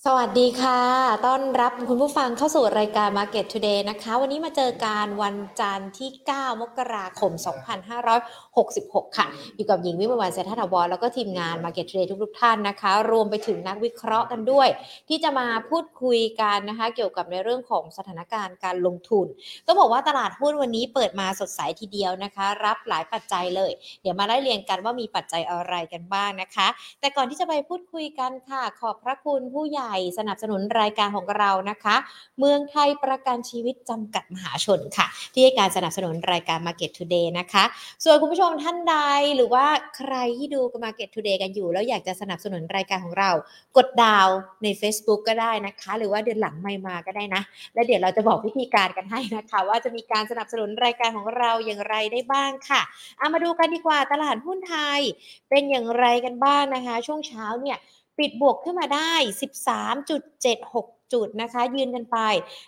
สวัสดีค่ะต้อนรับคุณผู้ฟังเข้าสู่รายการ Market Today นะคะวันนี้มาเจอกันวันจันทร์ที่9มกราคม2566ค่ะอยู่กับหญิงวิมลวรรณเศรษฐถาวรแล้วก็ทีมงาน Market Today ทุกท่านนะคะรวมไปถึงนักวิเคราะห์กันด้วยที่จะมาพูดคุยกันนะคะเกี่ยวกับในเรื่องของสถานการณ์การลงทุนต้องบอกว่าตลาดหุ้นวันนี้เปิดมาสดใสทีเดียวนะคะรับหลายปัจจัยเลยเดี๋ยวมาไล่เรียงกันว่ามีปัจจัยอะไรกันบ้างนะคะ แต่ก่อนที่จะไปพูดคุยกันค่ะขอบพระคุณผู้ใหญ่สนับสนุนรายการของเรานะคะเมืองไทยประกันชีวิตจำกัดมหาชนค่ะที่ให้การสนับสนุนรายการ Market Today นะคะส่วนคุณผู้ชมท่านใดหรือว่าใครที่ดู Market Today กันอยู่แล้วอยากจะสนับสนุนรายการของเรากดดาวใน Facebook ก็ได้นะคะหรือว่าเดือนหลังไม่มาก็ได้นะแล้วเดี๋ยวเราจะบอกวิธีการกันให้นะคะว่าจะมีการสนับสนุนรายการของเราอย่างไรได้บ้างค่ะเอามาดูกันดีกว่าตลาดหุ้นไทย เป็นอย่างไรกันบ้างนะคะช่วงเช้าเนี่ยปิดบวกขึ้นมาได้ 13.76 จุดนะคะยืนกันไป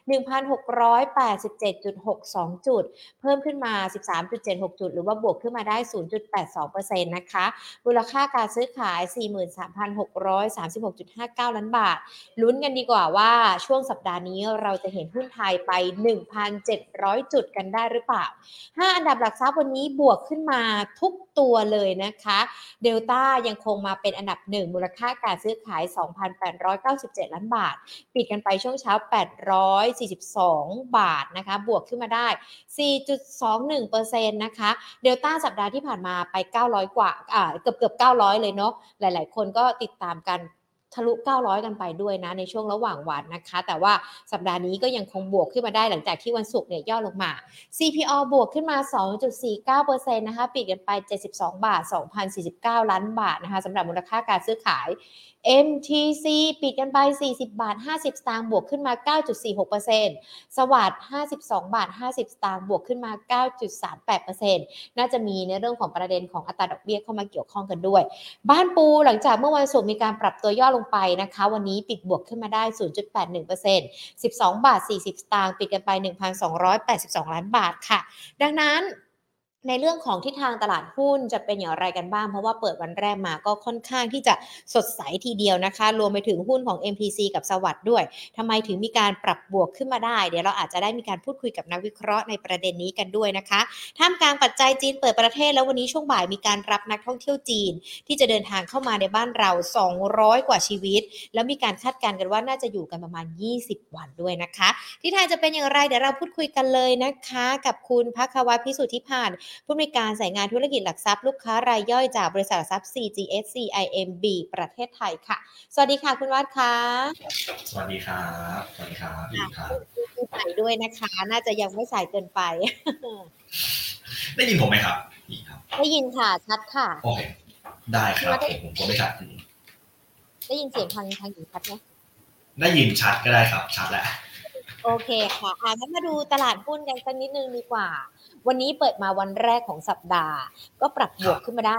1,687.62 จุดเพิ่มขึ้นมา 13.76 จุดหรือว่าบวกขึ้นมาได้ 0.82% นะคะมูลค่าการซื้อขาย 43,636.59 ล้านบาทลุ้นกันดีกว่าว่าช่วงสัปดาห์นี้เราจะเห็นหุ้นไทยไป 1,700 จุดกันได้หรือเปล่า5อันดับหลักทรัพย์วันนี้บวกขึ้นมาทุกตัวเลยนะคะเดลต้ายังคงมาเป็นอันดับ1มูลค่าการซื้อขาย 2,897 ล้านบาทปิดกันไปช่วงเช้า842บาทนะคะบวกขึ้นมาได้ 4.21% นะคะเดลต้าสัปดาห์ที่ผ่านมาไป900กว่าเกือบ900เลยเนาะหลายๆคนก็ติดตามกันทะลุ900กันไปด้วยนะในช่วงระหว่างวันนะคะแต่ว่าสัปดาห์นี้ก็ยังคงบวกขึ้นมาได้หลังจากที่วันศุกร์เนี่ยย่อลงมา CPO บวกขึ้นมา 2.49% นะคะปิดกันไป72บาท2,049ล้านบาทนะคะสำหรับมูลค่าการซื้อขาย MTC ปิดกันไป40บาท50สตางค์บวกขึ้นมา 9.46% สวัสด์52บาท50สตางค์บวกขึ้นมา 9.38% น่าจะมีในเรื่องของประเด็นของอัตราดอกเบี้ยเข้ามาเกี่ยวข้องกันด้วยบ้านปูหลังจากเมื่อวันศุกร์มีการปรับตัวย่อลงไปนะคะวันนี้ปิดบวกขึ้นมาได้ 0.81% 12บาท40สตางค์ปิดกันไป 1,282 ล้านบาทค่ะดังนั้นในเรื่องของทิศทางตลาดหุ้นจะเป็นอย่างไรกันบ้างเพราะว่าเปิดวันแรกมาก็ค่อนข้างที่จะสดใสทีเดียวนะคะรวมไปถึงหุ้นของ MPC กับสวัสด์ด้วยทำไมถึงมีการปรับบวกขึ้นมาได้เดี๋ยวเราอาจจะได้มีการพูดคุยกับนักวิเคราะห์ในประเด็นนี้กันด้วยนะคะท่ามกลางปัจจัยจีนเปิดประเทศแล้ววันนี้ช่วงบ่ายมีการรับนักท่องเที่ยวจีนที่จะเดินทางเข้ามาในบ้านเรา200กว่าชีวิตแล้วมีการคาดการณ์กันว่าน่าจะอยู่กันประมาณ20วันด้วยนะคะที่ไทยจะเป็นอย่างไรเดี๋ยวเราพูดคุยกันเลยนะคะกับคุณภัควัฒน์พิสุทธิพานผู้อำนวยการสายงานธุรกิจหลักทรัพย์ลูกค้ารายย่อยจากบริษัทหลักทรัพย์ CGS CIMB ประเทศไทยค่ะสวัสดีค่ะคุณวัฒน์ค่ะสวัสดีครับสวัสดีครับพี่ครับปีใหม่ด้วยนะคะน่าจะยังไม่สายเกินไปได้ยินผมไหมครับพี่ครับได้ยินค่ะชัดค่ะโอเคได้คุณวัฒน์ครับผมก็ไม่ชัดได้ยินเสียงทางหญิงชัดไหมได้ยินชัดก็ได้ครับชัดแล้วโอเคค่ะงั้นมาดูตลาดหุ้นกันสักนิดนึงดีกว่าวันนี้เปิดมาวันแรกของสัปดาห์ก็ปรับบครับวกขึ้นมาได้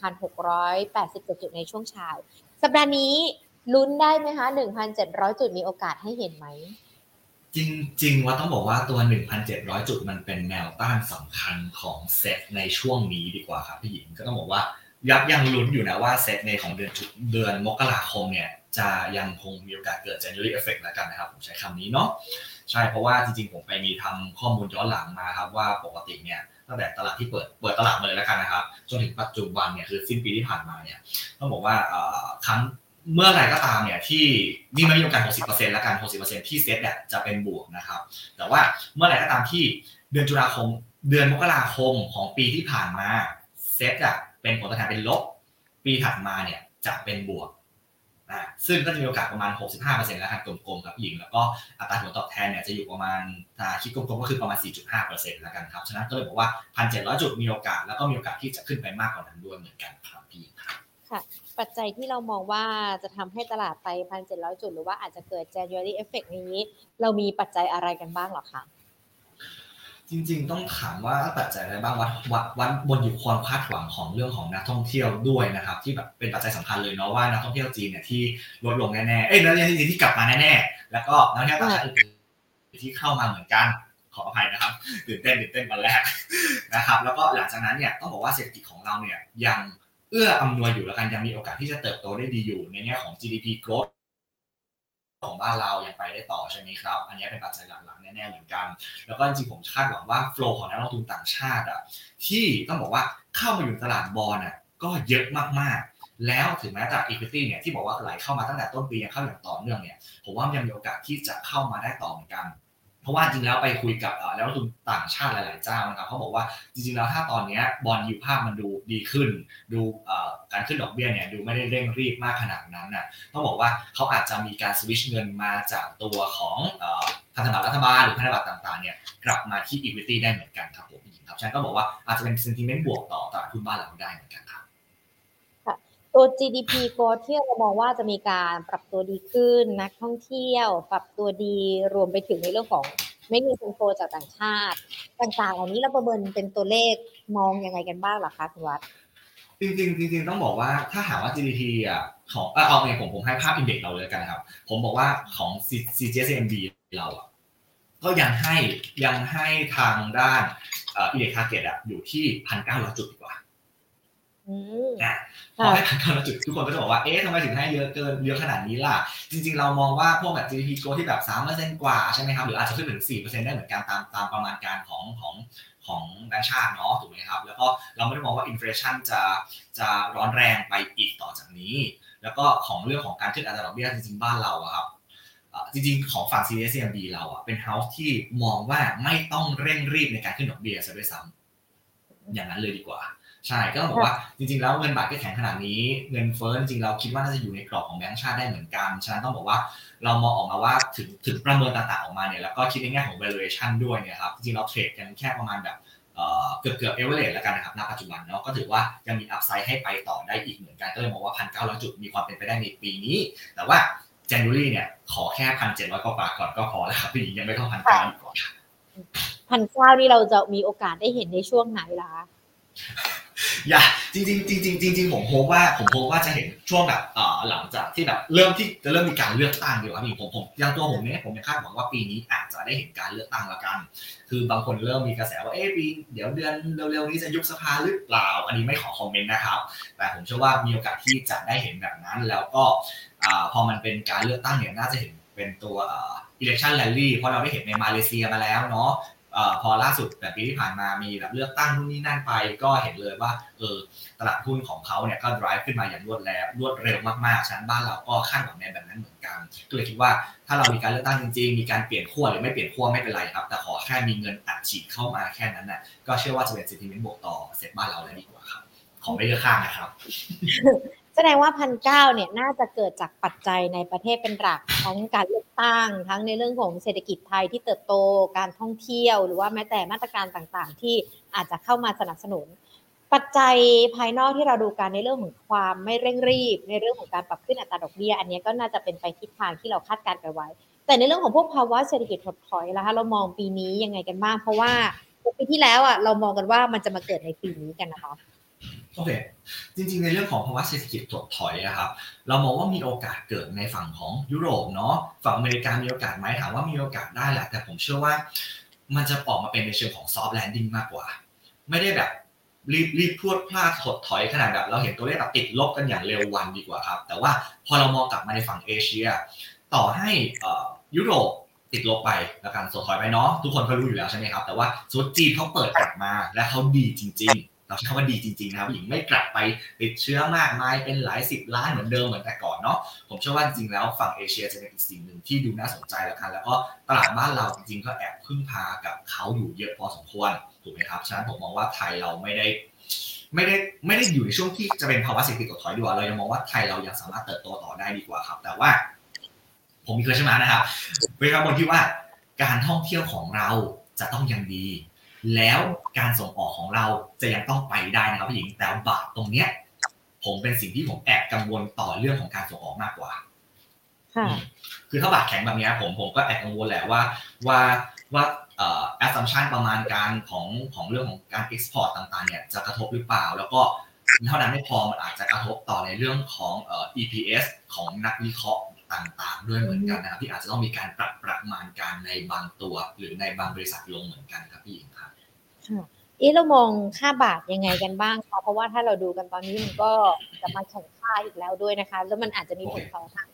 1,687 จุดในช่วงเช้าสัปดาห์นี้ลุ้นได้ไหมคะ 1,700 จุดมีโอกาสให้เห็นไหมจริงๆว่าต้องบอกว่าตัว 1,700 จุดมันเป็นแนวต้านสำคัญของเซ็ตในช่วงนี้ดีกว่าครับพี่หญิงก็ต้องบอกว่ายังลุ้นอยู่นะว่าเซ็ตในของเดือนมกราคมเนี่ยจะยังคงมีโอกาสเกิด January effect แล้วกันนะครับผมใช้คำนี้เนาะใช่เพราะว่าจริงๆผมไปมีทำข้อมูลย้อนหลังมาครับว่าปกติเนี่ยตั้งแต่ตลาดที่เปิดตลาดมาเลยแล้วกันนะครับจนถึงปัจจุบันเนี่ยคือสิ้นปีที่ผ่านมาเนี่ยต้องบอกว่าครั้งเมื่อไรก็ตามเนี่ยที่นี่มันมีโอกาส 60% แล้วกัน 60% ที่เซ็ตเนี่ยจะเป็นบวกนะครับแต่ว่าเมื่อไรก็ตามที่เดือนมกราคมของปีที่ผ่านมาเซ็ตอะเป็นผลตอบแทนเป็นลบปีถัดมาเนี่ยจะเป็นบวกซึ่งก็จะมีโอกาสประมาณ 65% แล้วครับกลมๆครับหญิงแล้วก็อัตราผลตอบแทนเนี่ยจะอยู่ประมาณคิดกลมๆก็คือประมาณ 4.5% แล้วกันครับฉะนั้นก็เลยบอกว่า 1,700 จุดมีโอกาสแล้วก็มีโอกาสที่จะขึ้นไปมากกว่านั้นด้วยเหมือนกันครับพี่ครับค่ะปัจจัยที่เรามองว่าจะทำให้ตลาดไป 1,700 จุดหรือว่าอาจจะเกิด January effect นี้เรามีปัจจัยอะไรกันบ้างหรอคะจริงๆต้องถามว่าปัจจัยอะไรบ้างวัดบนอยู่ความคาดหวังของเรื่องของนักท่องเที่ยวด้วยนะครับที่แบบเป็นปัจจัยสำคัญเลยเนาะว่านักท่องเที่ยวจีนเนี่ยที่ลดลงแน่ๆนักท่องเที่ยวจีนที่กลับมาแน่ๆแล้วก็นักท่องเที่ยวต่างชาติอื่นๆที่เข้ามาเหมือนกันขออภัยนะครับตื่นเต้นวันแรกนะครับแล้วก็หลังจากนั้นเนี่ยต้องบอกว่าเศรษฐกิจของเราเนี่ยยังเอื้ออำนวยอยู่แล้วกันยังมีโอกาสที่จะเติบโตได้ดีอยู่ในแง่ของ GDP growth ของบ้านเรายังไปได้ต่อใช่ไหมครับอันนี้เป็นปัจจัยหลักๆแน่ๆเหมือนกันแล้วก็จริงๆผมคาดหวังว่าโฟลว์ของนักลงทุนต่างชาติที่ต้องบอกว่าเข้ามาอยู่ตลาดบอนด์ก็เยอะมากๆแล้วถึงแม้แต่ equity เนี่ยที่บอกว่าไหลเข้ามาตั้งแต่ต้นปียังเข้าอย่างต่อเนื่องเนี่ยผมว่ายังมีโอกาสที่จะเข้ามาได้ต่อเหมือนกันเพราะว่าจริงแล้วไปคุยกับนักลงทุนต่างชาติหลายๆเจ้านะครับเขาบอกว่าจริงๆแล้วถ้าตอนนี้บอนด์ยิลด์ภาพมันดูดีขึ้นดูการขึ้นดอกเบี้ยเนี่ยดูไม่ได้เร่งรีบมากขนาดนั้นต้องบอกว่าเขาอาจจะมีการสวิชเงินมาจากตัวของพันธบัตรรัฐบาลหรือพันธบัตรต่างๆเนี่ยกลับมาที่ equity ได้เหมือนกันครับผมครับฉันก็บอกว่าอาจจะเป็น sentiment บวกต่อตลาดหุ้นบ้านเราได้เหมือนกันครับตัว GDP ก็ที่เรามองว่าจะมีการปรับตัวดีขึ้นนักท่องเที่ยวปรับตัวดีรวมไปถึงในเรื่องของไม่มีฟันโฟจากต่างชาติต่างๆเหล่านี้เราประเมินเป็นตัวเลขมองยังไงกันบ้างหรอคะคุณวัฒน์จริงต้องบอกว่าถ้าหาว่า GDP ของเอาเนี่ยผมให้ภาพอินเด็กซ์เราเลยกันนะครับผมบอกว่าของ CGSMB เราก็ยังให้ทางด้านอินเด็กซ์ทาร์เก็ตอยู่ที่ 1,900 จุดดีกว่าพอให้ 1,900 จุดทุกคนก็จะบอกว่าเอ๊ะทำไมถึงให้เยอะขนาดนี้ล่ะจริงๆเรามองว่าพวกแบบ GDP growth ที่แบบ 3% กว่าใช่ไหมครับหรืออาจจะขึ้นถึง 4% ได้เหมือนกันตามประมาณการของแบงก์ชาติเนาะถูกไหมครับแล้วก็เราไม่ได้มองว่าอินเฟลชันจะร้อนแรงไปอีกต่อจากนี้แล้วก็ของเรื่องของการขึ้นอัตราดอกเบี้ยจริงๆบ้านเราครับจริงๆของฝั่ง CSCMB เราเป็นเฮ้าส์ที่มองว่าไม่ต้องเร่งรีบในการขึ้นดอกเบี้ยซะด้วยซ้ำอย่างนั้นเลยดีกว่าใช่ก็ต้องบอกว่าจริงๆแล้วเงินบาทก็แข็งขนาดนี้เงินเฟ้อจริงๆเราคิดว่าน่าจะอยู่ในกรอบของแบงก์ชาติได้เหมือนกันฉะนั้นต้องบอกว่าเรามองออกมาว่าถึงประเมินต่างๆออกมาเนี่ยแล้วก็คิดในแง่ของ valuation ด้วยเนี่ยครับจริงๆเราเทรดกันแค่ประมาณแบบเกือบ average แล้วกันนะครับณปัจจุบันเนาะก็ถือว่ายังมี upside ให้ไปต่อได้อีกเหมือนกันก็เลยมองว่า 1,900 จุดมีความเป็นไปได้ในปีนี้แต่ว่า January เนี่ยขอแค่ 1,700 กว่าก่อนก็พอแล้วครับพี่ยังไม่ต้อง 1,900 อีกก่อน 1,900 นี่เราจะมีโอกาสได้เห็นในช่วงไหนล่ะคะอย่าจริงผมโฮปว่าจะเห็นช่วงแบบหลังจากที่แบบเริ่มมีการเลือกตั้งดีกว่าพี่ผมยังตัวผมเนี่ยผมยังคาดหวังว่าปีนี้อาจจะได้เห็นการเลือกตั้งละกันคือบางคนเริ่มมีกระแสว่าปีเดี๋ยวเดือนเร็วๆนี้จะยุบสภาหรือเปล่าอันนี้ไม่ขอคอมเมนต์นะครับแต่ผมเชื่อว่ามีโอกาสที่จะได้เห็นแบบนั้นแล้วก็พอมันเป็นการเลือกตั้งเนี่ยน่าจะเห็นเป็นตัวelection rally เพราะเราได้เห็นในมาเลเซียมาแล้วเนาะพอล่าสุดแต่ปีที่ผ่านมามีแบบเลือกตั้งนู่นนี่นั่นไปก็เห็นเลยว่าตลาดหุ้นของเขาเนี่ยก็ drive ขึ้นมาอย่างรวดเร็วมากๆฉะนั้นบ้านเราก็คาดหวังในแบบนั้นเหมือนกันก็เลยคิดว่าถ้าเรามีการเลือกตั้งจริงๆมีการเปลี่ยนขั้วหรือไม่เปลี่ยนขั้วไม่เป็นไรครับแต่ขอแค่มีเงินอัดฉีดเข้ามาแค่นั้นน่ะก็เชื่อว่าจะเป็น sentiment บวกต่อเซ็ตบ้านเราได้ดีกว่าครับขอไม่เลือกข้างนะครับแสดงว่า 1,900 เนี่ยน่าจะเกิดจากปัจจัยในประเทศเป็นหลักทั้งการเลือกตั้งทั้งในเรื่องของเศรษฐกิจไทยที่เติบโตการท่องเที่ยวหรือว่าแม้แต่มาตรการต่างๆที่อาจจะเข้ามาสนับสนุนปัจจัยภายนอกที่เราดูกันในเรื่องของความไม่เร่งรีบในเรื่องของการปรับขึ้นอัตราดอกเบี้ยอันนี้ก็น่าจะเป็นไปทิศทางที่เราคาดการณ์กันไว้แต่ในเรื่องของพวกภาวะเศรษฐกิจถดถอยนะคะเรามองปีนี้ยังไงกันบ้างเพราะว่าปีที่แล้วเรามองกันว่ามันจะมาเกิดในปีนี้กันนะคะโอเคจริงๆในเรื่องของภาวะเศรษฐกิจถดถอยครับเรามองว่ามีโอกาสเกิดในฝั่งของยุโรปเนาะฝั่งอเมริกามีโอกาสไหมถามว่ามีโอกาสได้แหละแต่ผมเชื่อว่ามันจะออกมาเป็นในเชิงของซอฟต์แลนดิ้งมากกว่าไม่ได้แบบรีบพรวดพลาดถดถอยขนาดแบบเราเห็นตัวเลขแบบติดลบกันอย่างเร็ววันดีกว่าครับแต่ว่าพอเรามองกลับมาในฝั่งเอเชียต่อให้ยุโรปติดลบไปแล้วกันถดถอยไปเนาะทุกคนก็รู้อยู่แล้วใช่ไหมครับแต่ว่าส่วนจีนเขาเปิดกลับมาและเขาดีจริงๆเราใช้คำว่าดีจริงๆนะครับหญิงไม่กลับไปติดเชื้อมากมายเป็นหลาย10 ล้านเหมือนเดิมเหมือนแต่ก่อนเนาะผมเชื่อว่าจริงๆแล้วฝั่งเอเชียจะเป็นอีกสิ่งหนึ่งที่ดูน่าสนใจแล้วกันแล้วก็ตลาดบ้านเราจริงๆก็แอบพึ่งพากับเขาอยู่เยอะพอสมควรถูกไหมครับฉะนั้นผมมองว่าไทยเราไม่ได้อยู่ในช่วงที่จะเป็นภาวะเศรษฐกิจถดถอยดีกว่าเรายังมองว่าไทยเรายังสามารถเติบโตต่อได้ดีกว่าครับแต่ว่าผมมีquestion markนะครับเป็นคำบนที่ว่าการท่องเที่ยวของเราจะต้องยังดีแล้วการส่งออกของเราจะยังต้องไปได้นะครับพี่หญิงแต่บาทตรงเนี้ยผมเป็นสิ่งที่ผมแอบกังวลต่อเรื่องของการส่งออกมากกว่าคือถ้าบาทแข็งแบบนี้ผมก็แอบกังวลแหละว่าassumption ประมาณการของเรื่องของการ export ต่างๆเนี่ยจะกระทบหรือเปล่าแล้วก็เท่านั้นไม่พอมันอาจจะกระทบต่อในเรื่องของEPS ของนักวิเคราะห์ต่างๆด้วยเหมือนกันนะครับที่อาจจะต้องมีการปรับประมาณการในบางตัวหรือในบางบริษัทลงเหมือนกันครับพี่หญิงครับเรามองค่าบาทยังไงกันบ้างคะเพราะว่าถ้าเราดูกันตอนนี้มันก็จะมาแข่งค่าอีกแล้วด้วยนะคะแล้วมันอาจจะมีผลต่อทางใน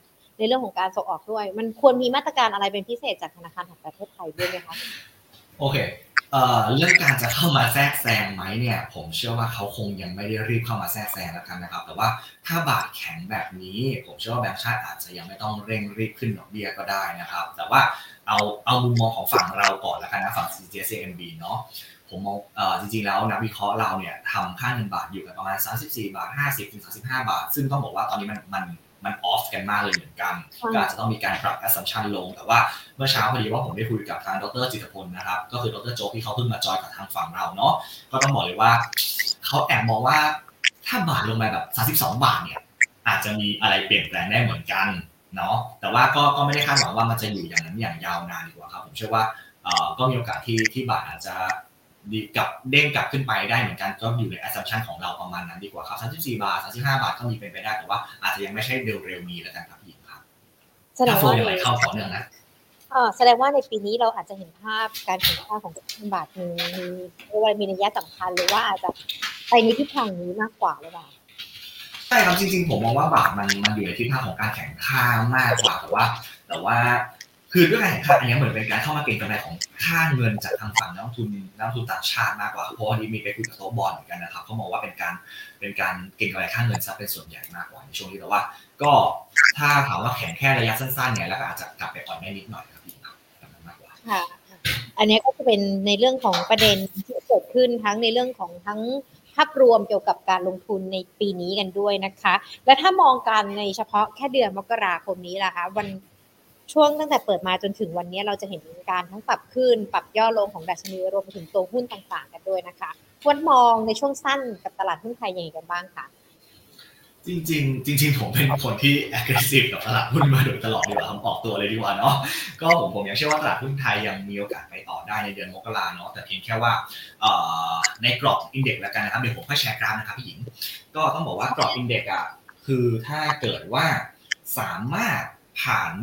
ในเรื่องของการส่งออกด้วยมันควรมีมาตรการอะไรเป็นพิเศษจากธนาคารแห่งประเทศไทยด้วยไหมคะโอเคเรื่องการจะเข้ามาแทรกแซงไหมเนี่ยผมเชื่อว่าเขาคงยังไม่ได้รีบเข้ามาแทรกแซงแล้วกันนะครับแต่ว่าถ้าบาทแข็งแบบนี้ผมเชื่อว่าแบงก์ชาติอาจจะยังไม่ต้องเร่งรีบขึ้นดอกเบี้ยก็ได้นะครับแต่ว่าเอามุมมองของฝั่งเราก่อนแล้วกันนะฝั่ง CGS-CMB เนาะผมมองจริงๆแล้วนักวิเคราะห์เราเนี่ยทำค่าเงินบาทอยู่กันประมาณ34 บาท 50 ถึง 35 บาทซึ่งต้องบอกว่าตอนนี้มันออฟกันมากเลยเหมือนกันก็อาจจะต้องมีการปรับ assumption ลงแต่ว่าเมื่อเช้าพอดีว่าผมได้คุยกับทางดร.จิตรพลนะครับก็คือดร.โจ๊กที่เขาเพิ่งมาจอยกับทางฝั่งเราเนาะก็ต้องบอกเลยว่าเขาแอบมองว่าถ้าบาทลงไปแบบ32 บาทเนี่ยอาจจะมีอะไรเปลี่ยนแปลงได้เหมือนกันเนาะแต่ว่าก็ไม่ได้คาดหวังว่ามันจะอยู่อย่างนั้นอย่างยาวนานดีกว่าครับผมเชื่อว่าก็มีโอกาสที่บาทอาจจะเด้งกลับขึ้นไปได้เหมือนกันก็อยู่ใน assumption ของเราประมาณนั้นดีกว่าครับ34 บาท35 บาทก็มีเป็นไปได้แต่ว่าอาจจะยังไม่ใช่เร็วๆนี้แล้วกันครับพี่ครับถ้าโฟยังไหลเข้าต่อเนื่องนะแสดงว่าในปีนี้เราอาจจะเห็นภาพการแข่งขันของบาทมีนัยสำคัญหรือว่าอาจจะไปในทิศทางนี้มากกว่าหรือเปล่าใช่ครับจริงๆผมมองว่าบาทมันอยู่ในทิศทางของการแข่งข้ามากกว่าแต่ว่าคือด้วยการแข่งขันอันนี้เหมือนเป็นการเข้ามาเก็งกำไรของค่าเงินจากทางฝั่งนักลงทุนต่างชาติมากกว่าเพราะวันนี้มีไปคุยกับโต๊ะบอลเหมือนกันนะครับเขามองว่าเป็นการเก็งกำไรค่าเงินซะเป็นส่วนใหญ่มากกว่าในช่วงนี้แต่ว่าก็ถ้าถามว่าแข็งแค่ระยะสั้นๆเนี่ยแล้วก็อาจจะกลับไปอ่อนได้นิดหน่อยครับพี่ครับมากกว่าค่ะอันนี้ก็จะเป็นในเรื่องของประเด็นที่เกิดขึ้นทั้งในเรื่องของทั้งภาพรวมเกี่ยวกับการลงทุนในปีนี้กันด้วยนะคะและถ้ามองกันในเฉพาะแค่เดือนมกราคมนี้ล่ะคะช่วงตั้งแต่เปิดมาจนถึงวันนี้เราจะเห็นการทั้งปรับขึ้นปรับย่อลงของดัชนีรวมไปถึงตัวหุ้นต่างๆกันด้วยนะคะควรมองในช่วงสั้นกับตลาดหุ้นไทยยังไงกันบ้างคะจริงผมเป็นคนที่ aggressive กับตลาดหุ้นมาโดยตลอดดีกว่าออกตัวเลยดีกว่าเนาะก็ผมยังเชื่อว่าตลาดหุ้นไทยยังมีโอกาสไปต่อได้ในเดือนมกราเนาะแต่เพียงแค่ว่าในกรอบอินเด็กซ์แล้วกันนะครับเดี๋ยวผมค่อยแชร์กราฟนะครับพี่หญิงก็ต้องบอกว่ากรอบอินเด็กซ์อ่ะคือถ้าเกิดว่าสามารถผ่าน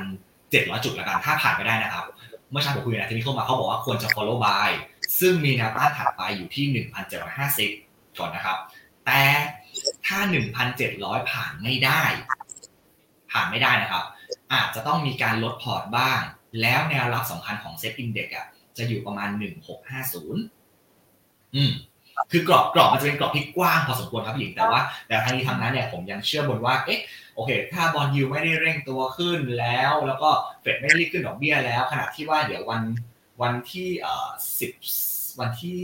1,700 จุดแล้วกันถ้าผ่านไม่ได้นะครับเมื่อเช้าผมคุยกับนักเทคนิคมาเขาบอกว่าควรจะ follow buy ซึ่งมีแนวต้านถัดไปอยู่ที่ 1,750 ก่อนนะครับแต่ถ้า 1,700 ผ่านไม่ได้นะครับอาจจะต้องมีการลดพอร์ตบ้างแล้วแนวรับสำคัญของเซ็ตอินเด็กซ์จะอยู่ประมาณ 1650คือกรอบมันจะเป็นกรอบที่กว้างพอสมควรครับพี่หญิงแต่ทั้งนี้ทั้งนั้นเนี่ยผมยังเชื่อบนว่าโอเคถ้าบอนด์ยิลด์ไม่ได้เร่งตัวขึ้นแล้วก็เฟดไม่ได้รีบขึ้นดอกเบี้ยแล้วขณะที่ว่าเดี๋ยววันที่10วันที่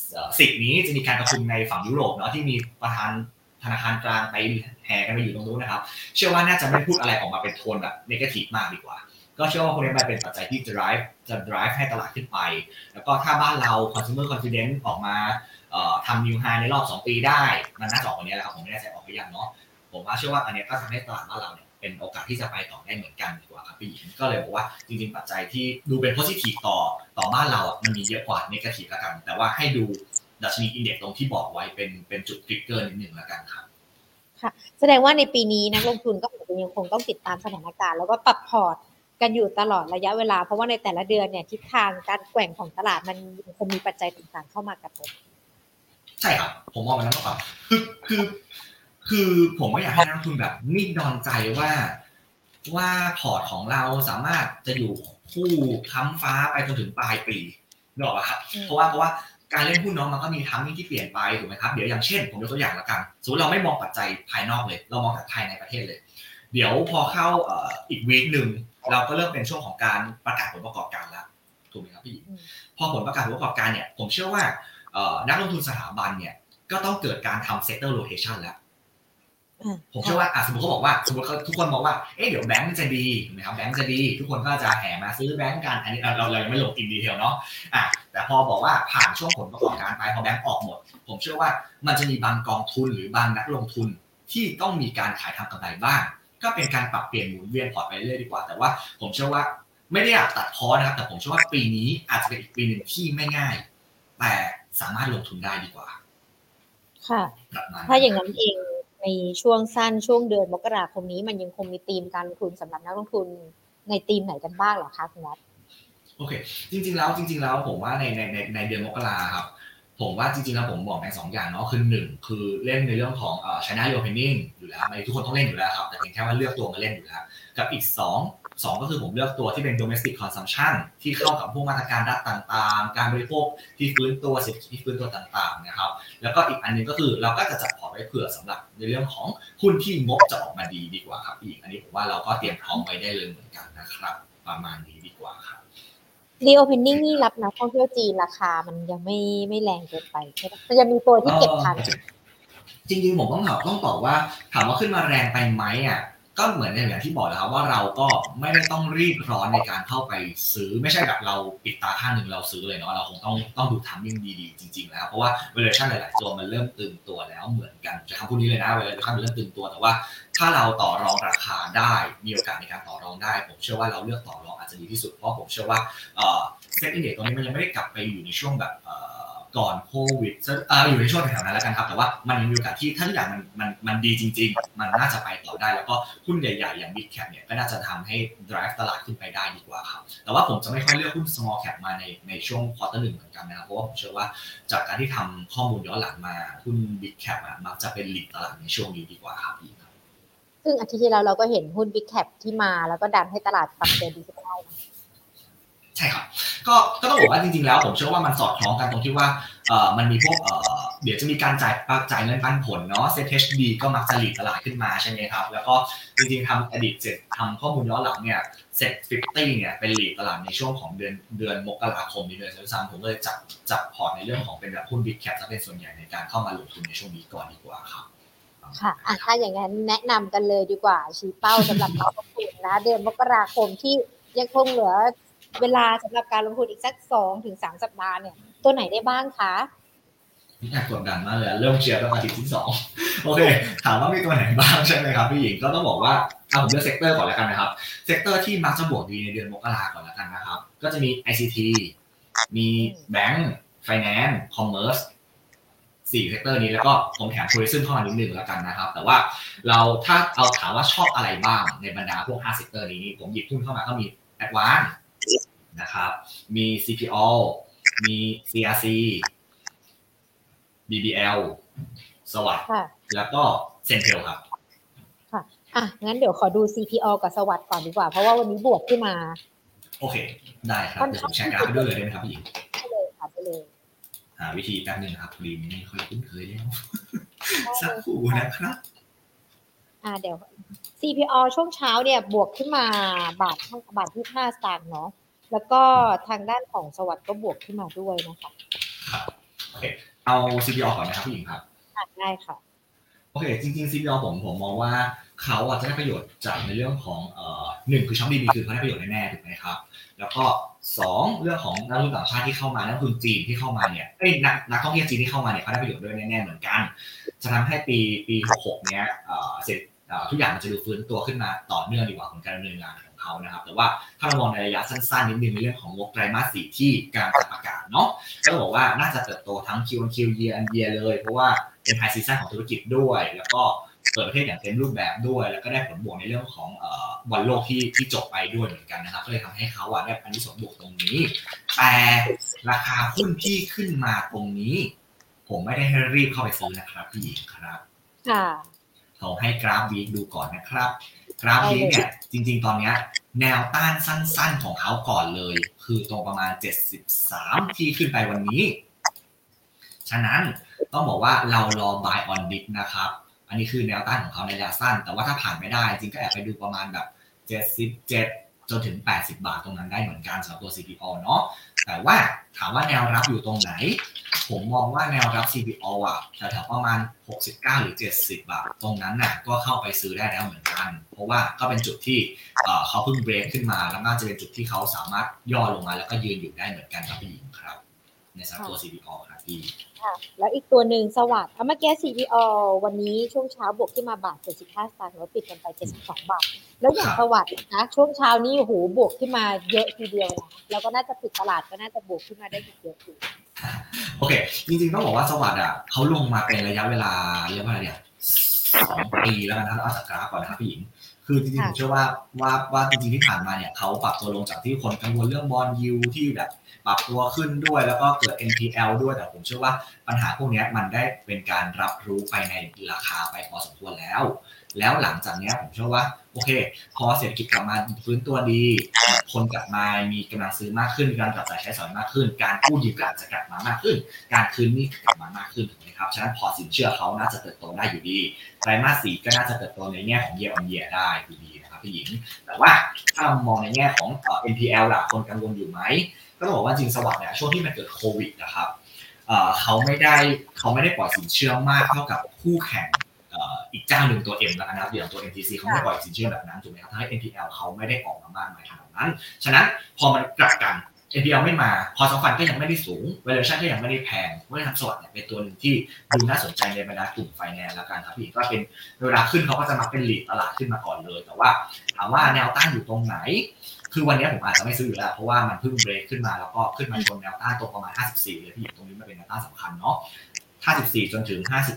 10นี้จะมีการประชุมในฝั่งยุโรปเนาะที่มีประธานธนาคารกลางไปแห่กันไปอยู่ตรงนู้นนะครับเชื่อว่าน่าจะไม่พูดอะไรออกมาเป็นโทนแบบเนกาทีฟมากดีกว่าก็เชื่อว่าพวกนี้มันเป็นปัจจัยที่จะ drive ให้ตลาดขึ้นไปแล้วก็ถ้าบ้านเรา consumer confidence ออกมาทำ new high ในรอบ2ปีได้มันน่าจะออกวันนี้แหละครับผมไม่แน่ใจออกหรือยังเนาะผมว่าเชื่อว่าอันนี้ก็ทำให้ตลาดบ้านเราเนี่ยเป็นโอกาสที่จะไปต่อได้เหมือนกันดีกว่าครับพี่หญิงก็เลยบอกว่าจริงๆปัจจัยที่ดูเป็น positive ต่อบ้านเรามันมีเยอะกว่า negative ละกันแต่ว่าให้ดูดัชนีอินเด็กซ์ตรงที่บอกไว้เป็นจุดทริกเกอร์นิดนึงละกันครับค่ะแสดงว่าในปีนี้นักลงทุนก็ยังคงต้องติดตามสถานการณ์แล้วก็ปรับพอร์ตกันอยู่ตลอดระยะเวลาเพราะว่าในแต่ละเดือนเนี่ยทิศทางการแกว่งของตลาดมันคงมีปัจจัยต่างๆเข้ามากระทบใช่ครับผมมองมันนั้นมากกว่าคือผมก็อยากให้นักลงทุนแบบนิ่งนอนใจว่าพอร์ตของเราสามารถจะอยู่คู่ค้ำฟ้าไปจนถึงปลายปีนึกออกป่ะครับเพราะว่าการเล่นหุ้นเนาะมันก็มีทัมมิ่งที่เปลี่ยนไปถูกไหมครับเดี๋ยวอย่างเช่นผมยกตัวอย่างละกันสมมติเราไม่มองปัจจัยภายนอกเลยเรามองแต่ภายในประเทศเลยเดี๋ยวพอเข้าอีกวีคนึงเราก็เริ่มเป็นช่วงของการประกาศผลประกอบการแล้วถูกไหมครับพี่พอผลประกาศผลประกอบการเนี่ยผมเชื่อว่านักลงทุนสถาบันเนี่ยก็ต้องเกิดการทำ sector rotation แล้วผมเชื่อว่าสมมติเขาบอกว่าสมมติทุกคนมองว่าเดี๋ยวแบงก์จะดีถูกไหมครับแบงก์จะดีทุกคนก็จะแห่มาซื้อแบงก์กันอันนี้เรายังไม่ลงอินดีเทลเนาะแต่พอบอกว่าผ่านช่วงผลประกอบการไปพอแบงก์ออกหมดผมเชื่อว่ามันจะมีบางกองทุนหรือบางนักลงทุนที่ต้องมีการขายทำกำไรบ้างก็เป็นการปรับเปลี่ยนหมุนเวียนพอร์ตไปเรื่อยดีกว่าแต่ว่าผมเชื่อว่าไม่ได้อยากตัดพ้อนะครับแต่ผมเชื่อว่าปีนี้อาจจะเป็นอีกปีนึงที่ไม่ง่ายแต่สามารถลงทุนได้ดีกว่าค่ะถ้าอย่างนั้นเองในช่วงสั้นช่วงเดือนมกราคมนี้มันยังคงมีธีมการลงทุนสำหรับนักลงทุนในธีมไหนกันบ้างเหรอคะคุณนัทโอเคจริงๆแล้วผมว่าในเดือนมกราครับผผมว่าจริงๆแล้วผมบอกใน2อย่างเนาะคือ1คือเล่นในเรื่องของChina Opening อยู่แล้วทุกคนต้องเล่นอยู่แล้วครับแต่เพียงแค่ว่าเลือกตัวมาเล่นอยู่แล้วกับอีก2ก็คือผมเลือกตัวที่เป็น domestic consumption ที่เข้ากับพวกมาตรการรัฐต่างๆการบริโภคที่ฟื้นตัวเศรษฐกิจที่ฟื้นตัวต่างๆนะครับแล้วก็อีกอันนึงก็คือเราก็จะจัดพอร์ตไว้เผื่อสำหรับในเรื่องของหุ้นที่งบจะออกมาดีกว่าครับอีกอันนี้ผมว่าเราก็เตรียมพร้อมไว้ได้เลยเหมือนกันนะครับประมาณนี้ดีกว่าครับรีโอเพนนิ่งนี่รับนักท่องเที่ยวจีนราคามันยังไม่แรงเกินไปใช่ไหมมันจะมีตัวที่เก็บทันจริงๆผมต้องตอบว่าถามว่าขึ้นมาแรงไปไหมอ่ะก็เหมือนอย่างที่บอกแล้วครับว่าเราก็ไม่ได้ต้องรีบร้อนในการเข้าไปซื้อไม่ใช่แบบเราปิดตาข้างหนึ่งเราซื้อเลยเนาะเราคงต้องดูทัมมิ่งดีๆจริงๆแล้วเพราะว่า valuation หลายๆตัวมันเริ่มตึงตัวแล้วเหมือนกันจะทำพวกนี้เลยนะ valuation มันเริ่มตึงตัวแต่ว่าถ้าเราต่อรองราคาได้มีโอกาสในการต่อรองได้ผมเชื่อว่าเราเลือกต่อรองอาจจะดีที่สุดเพราะผมเชื่อว่าเซ็ตอินเด็กซ์ตรงนี้มันยังไม่ได้กลับไปอยู่ในช่วงแบบก่อนโควิดอยู่ในช่วงแถวๆนั้นแล้วกันครับแต่ว่ามันยังมีโอกาสที่ถ้าทุกอย่างมันดีจริงๆมันน่าจะไปต่อได้แล้วก็หุ้นใหญ่ๆอย่าง Big Cap เนี่ยก็น่าจะทำให้ drive ตลาดขึ้นไปได้ดีกว่าครับแต่ว่าผมจะไม่ค่อยเลือกหุ้น small cap มาในช่วง quarter 1เหมือนกันนะครับเพราะว่าผมเชื่อว่าจากการที่ทำข้อมูลย้อนหลังมาหุ้น Big Cap มักจะเป็น lead ตลาดในช่วงนี้ดีกว่าครับพี่ครับซึ่งอาทิตย์ที่แล้วเราก็เห็นหุ้น Big Cap ที่มาแล้วก็ดันให้ตลาดปรับตัวดีขึ้นได้ใช่ครับก็ต้องบอกว่าจริงๆแล้วผมเชื่อว่ามันสอดคล้องกันตรงที่ว่ามันมีพวกเดี๋ยวจะมีการจ่ายเงินปันผลเนาะ ZHD ก็มักจะหลีดตลาดขึ้นมาใช่ไหมครับแล้วก็จริงๆทำอดีตเสร็จทำข้อมูลย้อนหลังเนี่ย ZFIFTY เนี่ยเป็นหลีดตลาดในช่วงของเดือนมกราคมนี้เลยซ้ำผมก็เลยจับพอร์ตในเรื่องของเป็นแบบหุ้น Big Cap ซะเป็นส่วนใหญ่ในการเข้ามาลงทุนในช่วงนี้ก่อนดีกว่าครับค่ะถ้าอย่างนั้นแนะนำกันเลยดีกว่าชี้เป้าสำหรับนักลงทุนนะเดือนมกราคมที่ยังคงเหลือเวลาสำหรับการลงทุนอีกสัก 2-3 สัปดาห์เนี่ยตัวไหนได้บ้างคะกดดันมากเลยเริ่มเชียร์ตั้งอาทิตย์ที่2โอเคถามว่ามีตัวไหนบ้างใช่ไหมครับพี่หญิงก็ต้องบอกว่าผมเลือกเซกเตอร์ก่อนแล้วกันนะครับเซกเตอร์ที่มักจะบวกดีในเดือนมกราก่อนแล้วกันนะครับก็จะมี ICT มีแบงก์ไฟแนนซ์คอมเมอร์ส4เซกเตอร์นี้แล้วก็ผมแถมทัวริซึมเข้ามานิดนึงแล้วกันนะครับแต่ว่าถ้าเอาถามว่าชอบอะไรบ้างในบรรดาพวก5เซกเตอร์นี้ผมหยิบหุ้นเข้ามาก็มี Advance นะครับมี CPO มี CRC BBL สวัสดิ์แล้วก็เซนเทลครับค่ะงั้นเดี๋ยวขอดู CPO กับสวัสดิ์ก่อนดีกว่าเพราะว่าวันนี้บวกขึ้นมาโอเคได้ครับเดี๋ยวผมแชร์กราฟไปด้วยเลยได้ไหมครับพี่หญิงได้เลยค่ะไปเลยวิธีแป๊บนึงครับรีมไม่ค่อยคุ้นเคยแล้วสักครู่นะครับเดี๋ยว CPO ช่วงเช้าเนี่ยบวกขึ้นมาบาทที่5 สตางค์เนาะแล้วก็ทางด้านของสวัสดิ์ก็บวกขึ้นมาด้วยนะคะครับโอเคเอา CPO ก่อนนะครับพี่หญิงครับได้ค่ะโอเคจริงๆ CPO ผมมองว่าเขาจะได้ประโยชน์จากในเรื่องของ1คือช็อปดีๆคือเขาได้ประโยชน์แน่ๆถูกไหมครับแล้วก็2เรื่องของนักลงทุนต่างชาติที่เข้ามานักลงทุนจีนที่เข้ามาเนี่ยนักท่องเที่ยวจีนที่เข้ามาเนี่ยเขาได้ประโยชน์ด้วยแน่ๆเหมือนกันจะทำให้ปี66เนี้ยเสร็จทุกอย่างมันจะดูฟื้นตัวขึ้นมาต่อเนื่องดีกว่าของการดำเนินงานของเขานะครับแต่ว่าถ้าเรามองในระยะสั้นๆนิดนึงในเรื่องของงบไตรมาส 4ที่กำลังจะประกาศเนาะก็บอกว่าน่าจะเติบโตทั้ง Q1Q year on year เลยเพราะว่าเป็น high season ของธุรกิจด้วยแล้วก็เปิดประเทศอย่างเต็มรูปแบบด้วยแล้วก็ได้ผลบวกในเรื่องของบอลโลกที่จบไปด้วยเหมือนกันนะครับก็เลยทำให้เขาได้อานิสงส์บวกตรงนี้แต่ราคาหุ้นที่ขึ้นมาตรงนี้ผมไม่ได้ให้รีบเข้าไปซื้อนะครับพี่หญิงครับค่ะเขาให้กราฟวีคดูก่อนนะครับกราฟวีคเนี่ยจริงๆตอนนี้แนวต้านสั้นๆของเขาก่อนเลยคือตรงประมาณ73ที่ขึ้นไปวันนี้ฉะนั้นต้องบอกว่าเรารอ buy on dip นะครับอันนี้คือแนวต้านของเขาในระยะสั้นแต่ว่าถ้าผ่านไม่ได้จริงก็แอบไปดูประมาณแบบ77จนถึง80บาทตรงนั้นได้เหมือนกันสำหรับตัว CPO เนาะแต่ว่าถามว่าแนวรับอยู่ตรงไหนผมมองว่าแนวรับ CPO แถวๆประมาณ69หรือ70บาทตรงนั้นน่ะก็เข้าไปซื้อได้แล้วเหมือนกันเพราะว่าก็เป็นจุดที่เขาเพิ่งเบรกขึ้นมาแล้วน่าจะเป็นจุดที่เขาสามารถย่อลงมาแล้วก็ยืนอยู่ได้เหมือนกันครับพี่หญิงครับในสำหรับตัว CPO ครับพี่แล้วอีกตัวหนึ่งสวัสดิ์เมื่อกี้ CPO วันนี้ช่วงเช้าบวกขึ้นมาบาท75 สตางค์แล้วปิดกันไป72 บาทแล้วอย่างสวัสดิ์นะช่วงเช้านี้โอ้โหบวกขึ้นมาเยอะทีเดียวนะแล้วก็น่าจะปิดตลาดก็น่าจะบวกขึ้นมาได้อีกเยอะอยู่โอเคจริงๆต้องบอกว่าสวัสดิ์เขาลงมาเป็นระยะเวลาเรียกว่าอะไรเนี่ย2 ปีแล้วกันนะเอาจากกราฟก่อนนะครับพี่หญิงคือจริงๆผมเชื่อว่าจริงๆที่ผ่านมาเนี่ยเขาปรับตัวลงจากที่คนกังวลเรื่องบอนด์ยิลด์ที่แบบปรับตัวขึ้นด้วยแล้วก็เกิด NPL ด้วยแต่ผมเชื่อว่าปัญหาพวกนี้มันได้เป็นการรับรู้ไปในราคาไปพอสมควรแล้วหลังจากนี้ผมเชื่อว่าโอเคพอเศรษฐกิจกลับมาฟื้นตัวดีคนกลับมามีกำลังซื้อมากขึ้นการจับจ่ายใช้สอยมากขึ้นการกู้ยืมก็อาจจะกลับมามากขึ้นการคืนหนี้กลับมามากขึ้นถูกไหมครับฉะนั้นพอสินเชื่อเขาน่าจะเติบโตได้อยู่ดีไตรมาส 4ก็น่าจะเติบโตในแง่ของ year on year ได้อยู่ดีนะครับพี่หญิงแต่ว่าถ้าเรามองในแง่ของNPL ล่ะคนกังวลอยู่ไหมก็ต้องบอกว่าจริงสวัสดิ์เนี่ยช่วงที่มันเกิดโควิดนะครับเขาไม่ได้ปล่อยสินเชื่อมากเท่ากับคู่แข่งอีกเจ้าหนึ่งตัว M แล้วนะครับอย่างตัว MTC เขาไม่ปล่อยสินเชื่อแบบนั้นถูกไหมครับทำให้ NPL เขาไม่ได้ออกมามากมายขนาดนั้นฉะนั้นพอมันกลับกัน NPL ไม่มาคอสฟันก็ยังไม่ได้สูง valuation ก็ยังไม่ได้แพงเพราะฉะนั้นสวัสดิ์เนี่ยเป็นตัวหนึ่งที่ดูน่าสนใจในบรรดากลุ่มไฟแนนซ์แล้วกันครับพี่ก็เป็นเวลาขึ้นเขาก็จะมาเป็นลีดตลาดขึ้นมาก่อนเลยแต่ว่าถามว่าแนวต้านอยู่ตรงไหนคือวันนี้ผมอาจจะไม่ซื้ออยู่แล้วเพราะว่ามันเพิ่งเบรกขึ้นมาแล้วก็ขึ้นมาชนแนวต้านตรงประมาณ54เลยพี่ตรงนี้มันเป็นแนวต้านสำคัญเนาะ54จนถึง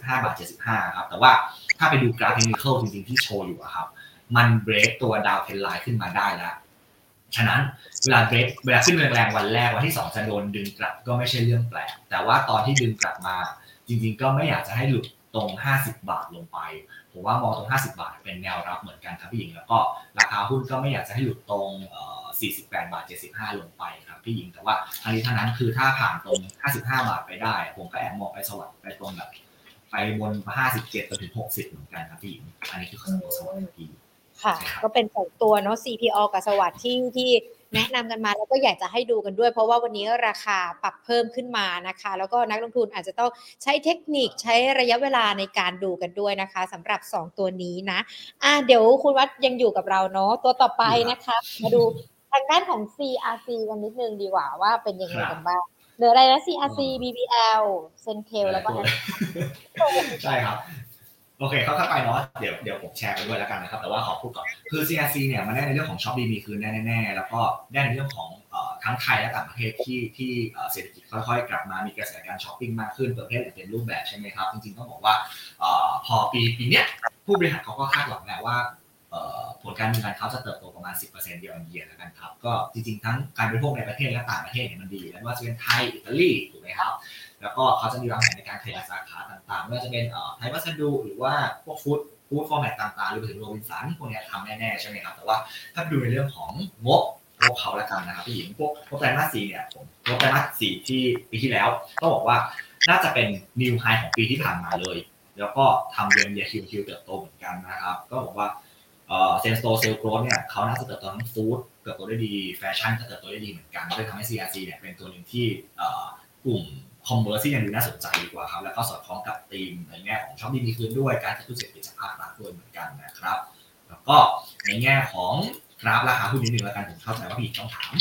55.75ครับแต่ว่าถ้าไปดูกราฟเทคนิคอลจริงๆที่โชว์อยู่ครับมันเบรกตัวดาวเทรนไลน์ขึ้นมาได้แล้วฉะนั้นเวลาขึ้นแรงๆวันแรกวันที่2จะโดนดึงกลับก็ไม่ใช่เรื่องแปลกแต่ว่าตอนที่ดึงกลับมาจริงๆก็ไม่อยากจะให้หลุดตรง50บาทลงไปผมว่ามองตรง50บาทเป็นแนวรับเหมือนกันครับพี่หญิงแล้วก็ราคาหุ้นก็ไม่อยากจะให้หลุดตรง48.75ลงไปครับพี่หญิงแต่ว่าทั้งนี้ทั้งนั้นคือถ้าผ่านตรง55บาทไปได้ผมก็แอบมองไปสวัสดิ์ไปตรงแบบไปบน57จนถึง60เหมือนกันครับพี่หญิงอันนี้คือตัวสวัสดิ์พี่ค่ะก็เป็น2ตัวเนาะ CPO กับสวัสดิ์ที่แนะนำกันมาแล้วก็อยากจะให้ดูกันด้วยเพราะว่าวันนี้ราคาปรับเพิ่มขึ้นมานะคะแล้วก็นักลงทุนอาจจะต้องใช้เทคนิคใช้ระยะเวลาในการดูกันด้วยนะคะสำหรับ2ตัวนี้นะเดี๋ยวคุณวัดยังอยู่กับเราเนาะตัวต่อไปนะคะมาดูทางด้านของ CRC กันนิดนึงดีกว่าว่าเป็นยังไงกันบ้างเหลืออะไรนะ CRC BBL Centel แล้วก็ใช่ครับโอเคเข้าไปเนาะเดี๋ยวผมแชร์ไปด้วยแล้วกันนะครับแต่ว่าขอพูดก่อนคือ CRC เนี่ยมันได้ในเรื่องของ Shopee มีคืนแน่ๆแล้วก็ได้ในเรื่องของทั้งไทยและต่างประเทศที่เศรษฐกิจค่อยๆกลับมามีกระแสการช้อปปิ้งมากขึ้นประเภทอย่างเป็นรูปแบบใช่ไหมครับจริงๆต้องบอกว่าพอปีเนี้ยผู้บริหารเขาก็คาดหวังแหละว่าผลการดำเนินงานเขาจะเติบโตประมาณ 10% year on year แล้วกันครับก็จริงๆทั้งการบริโภคในประเทศและต่างประเทศเนี่ยมันดีแล้วว่าจะเป็นไทยอิตาลีถูกไหมครับแล้วก็เขาจะมีวางแผนในการขยายสาขาต่างๆไม่ว่าจะเป็นไทยวัสดุหรือว่าพวกฟู้ดฟอร์แมตต่างๆหรือถึงโรบินสันพวกนี้ทำแน่ๆใช่ไหมครับแต่ว่าถ้าดูในเรื่องของงบเขาละกันนะครับพี่หญิงพวกไตรมาส 4เนี่ยผมไตรมาส 4ที่ปีที่แล้วต้องบอกว่าน่าจะเป็นนิวไฮของปีที่ผ่านมาเลยแล้วก็ทำเงินเยียร์คิวเติบโตเหมือนกันนะครับก็บอกว่าเซนสโตเซลโกรธเนี่ยเขาน่าจะเติบโตทั้งฟู้ดเติบโตได้ดีแฟชั่นก็เติบโตได้ดีเหมือนกันก็เลยทำให้ CRC เนี่ยเป็นตัวหนึ่งที่กลุ่มคอมเมอร์ซที่ยังดูน่าสนใจดีกว่าครับแล้วก็สอดคล้องกับธีมในแง่ของช็อปดีคืนด้วยการกระตุ้นเศรษฐกิจจากภาครัฐด้วยเหมือนกันนะครับแล้วก็ในแง่ของกราฟราคาหุ้นนิดนึงแล้วกันผมเข้าใจว่าพี่ต้องถาม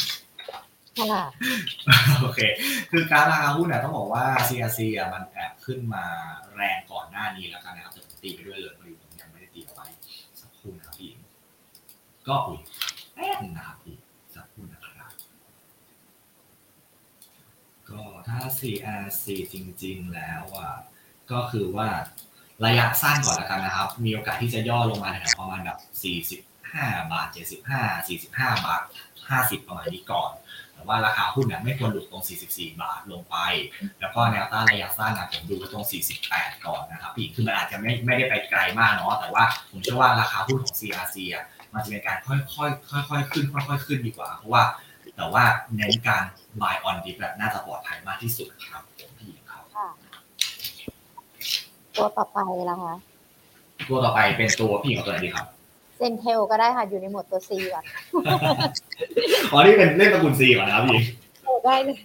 โอเคคือกราฟราคาหุ้นเนี่ยต้องบอกว่า CRC มันแอบขึ้นมาแรงก่อนหน้านี้แล้วกันนะครับแต่ตีไปด้วยเลยพอดีผมยังไม่ได้ตีเอาไว้สักครู่นะครับพี่ก็แป๊บนึงนะครับพี่สักครู่นะครับก็ถ้า CRC จริงๆแล้วก็คือว่าระยะสั้นก่อนแล้วกันนะครับมีโอกาสที่จะย่อลงมาแถวประมาณแบบ45บาท75 45บาท50ประมาณนี้ก่อนแต่ว่าราคาหุ้นเนี่ยไม่ควรหลุดตรง44บาทลงไปแล้วก็แนวต้านระยะสั้นผมดูตรง48ก่อนนะครับพี่คือมันอาจจะไม่ได้ไปไกลมากเนาะแต่ว่าผมเชื่อว่าราคาหุ้นของ CRC มันจะเป็นการค่อยๆขึ้นค่อยๆขึ้นดีกว่าเพราะว่าแต่ว่าเน้นการ buy on dip แบบน่าจะปลอดภัยมากที่สุดครับพี่ครับตัวต่อไปล่ะคะตัวต่อไปเป็นตัวพี่ของตัวไหนดีครับเซนเทลก็ได้ค่ะอยู่ในหมวดตัว C ก่อนนี่เป็นเล่นตระกูล C ก่อนนะครับพี่ได้เลย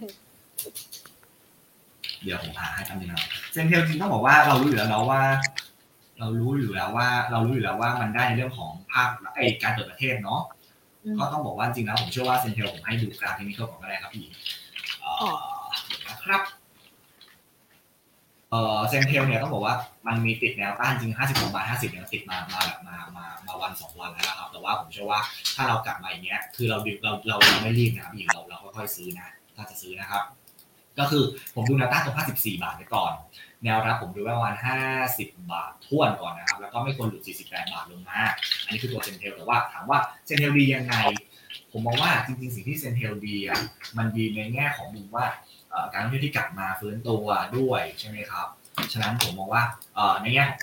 เดี๋ยวผมหาให้คำนึงนะเซนเทลจริงต้องบอกว่าเรารู้อยู่แล้วว่ามันได้ในเรื่องของภาคการเปิดประเทศเนาะก็ต้องบอกว่าจริงแล้วผมเชื่อว่าเซนเทลผมให้ดูกราฟเทคนิคก่อนก็ได้ครับพี่นะครับเซนเทลเนี่ยต้องบอกว่ามันมีติดแนวต้านจริง52บาท50เนี่ยติดมาแบบมาวัน2วันแล้วนะครับแต่ว่าผมเชื่อว่าถ้าเรากลับมาอย่างเงี้ยคือเราไม่รีบนะครับพี่เราค่อยๆซื้อนะถ้าจะซื้อนะครับก็คือผมดูแนวต้านตรง54 บาทไปก่อนแนวรับผมดูประมาณ50 บาทท่วนก่อนนะครับแล้วก็ไม่ควรหลุด48 บาทลงมาอันนี้คือตัวเซนเทลแต่ว่าถามว่าเซนเทลดียังไงผมมองว่าจริงๆสิ่งที่เซนเทลดีอ่ะมันดีในแง่ของมุมว่าการท่องเที่ยวที่กลับมาฟื้นตัวด้วยใช่ไหมครับฉะนั้นผมมองว่าในแง่ของ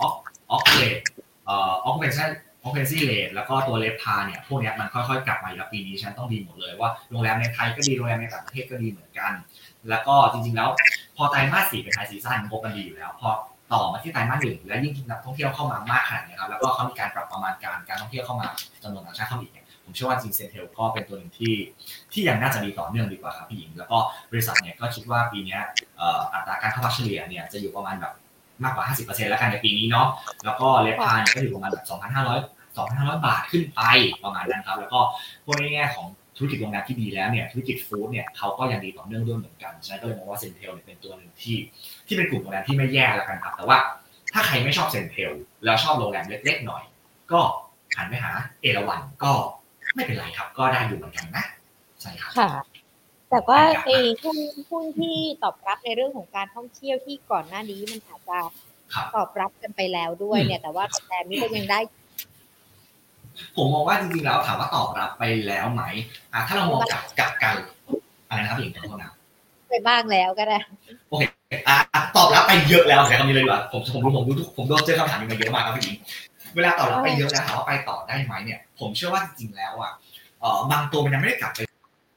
occupancy rate แล้วก็ตัวเลฟพาเนี่ยพวกนี้มันค่อยๆกลับมาอีกปีนี้ฉันต้องดีหมดเลยว่าโรงแรมในไทยก็ดีโรงแรมในต่างประเทศก็ดีเหมือนกันแล้วก็จริงๆแล้วพอไตรมาส 4เป็นไฮซีซั่นงบมันดีอยู่แล้วพอต่อมาที่ไตรมาส 1และยิ่งนักท่องเที่ยวเข้ามามากขนาดนี้ครับแล้วก็เขามีการปรับประมาณการท่องเที่ยวเข้ามาจำนวนต่างชาติเข้าอีกเนี่ยผมเชื่อว่าจริงเซนเทลก็เป็นตัวหนึ่งที่ยังน่าจะดีต่อเนื่องดีกว่าครับพี่หญิงแล้วก็บริษัทเนี่ยก็คิดว่าปีนี้อัตราการเข้าพักเฉลี่ยเนี่ยจะอยู่ประมาณแบบมากกว่า 50% แล้วกันในปีนี้เนาะแล้วก็เลฟพาเนี่ยก็อยู่ประมาณแบบ2,500 บาทขึ้นไปประมาณนั้นครับแล้วก็พวกในแง่ของธุรกิจโรงแรมที่ดีแล้วเนี่ยธุรกิจฟู้ดเนี่ยเขาก็ยังดีต่อเนื่องด้วยเหมือนกันฉะนั้นก็เลยมองว่าเซนเทลเนี่ยเป็นตัวหนึ่งที่เป็นกลุ่มโรงแรมที่ไม่แย่แล้วกันครับแต่ว่าถ้าใครไม่ชอบเซนเทลแล้วชอบโรงแรมเล็กๆหน่อยก็หันไปหาเอราวัณก็ไม่เป็นไรครับก็ได้อยู่เหมือนกันนะใช่ครับค่ะแต่ว่าไอ้หุ้นที่ตอบรับในเรื่องของการท่องเที่ยวที่ก่อนหน้านี้มันอาจจะตอบรับกันไปแล้วด้วยเนี่ยแต่ว่าโรงแรมนี้ก็ยังได้ผมมองว่าจริงๆแล้วถามว่าตอบรับไปแล้วไหมถ้าเรามองกับกันอะไรนะครับอย่างตัวนะไปบ้างแล้วก็ได้โอเคตอบรับไปเยอะแล้วใช้คำนี้เลยดีกว่าผมโดนเจอคำถามนี้มาเยอะมากครับพี่หญิงเวลาตอบรับไปเยอะแล้วถามว่าไปต่อได้ไหมเนี่ยผมเชื่อว่าจริงๆแล้วบางตัวมันยังไม่ได้กลับไป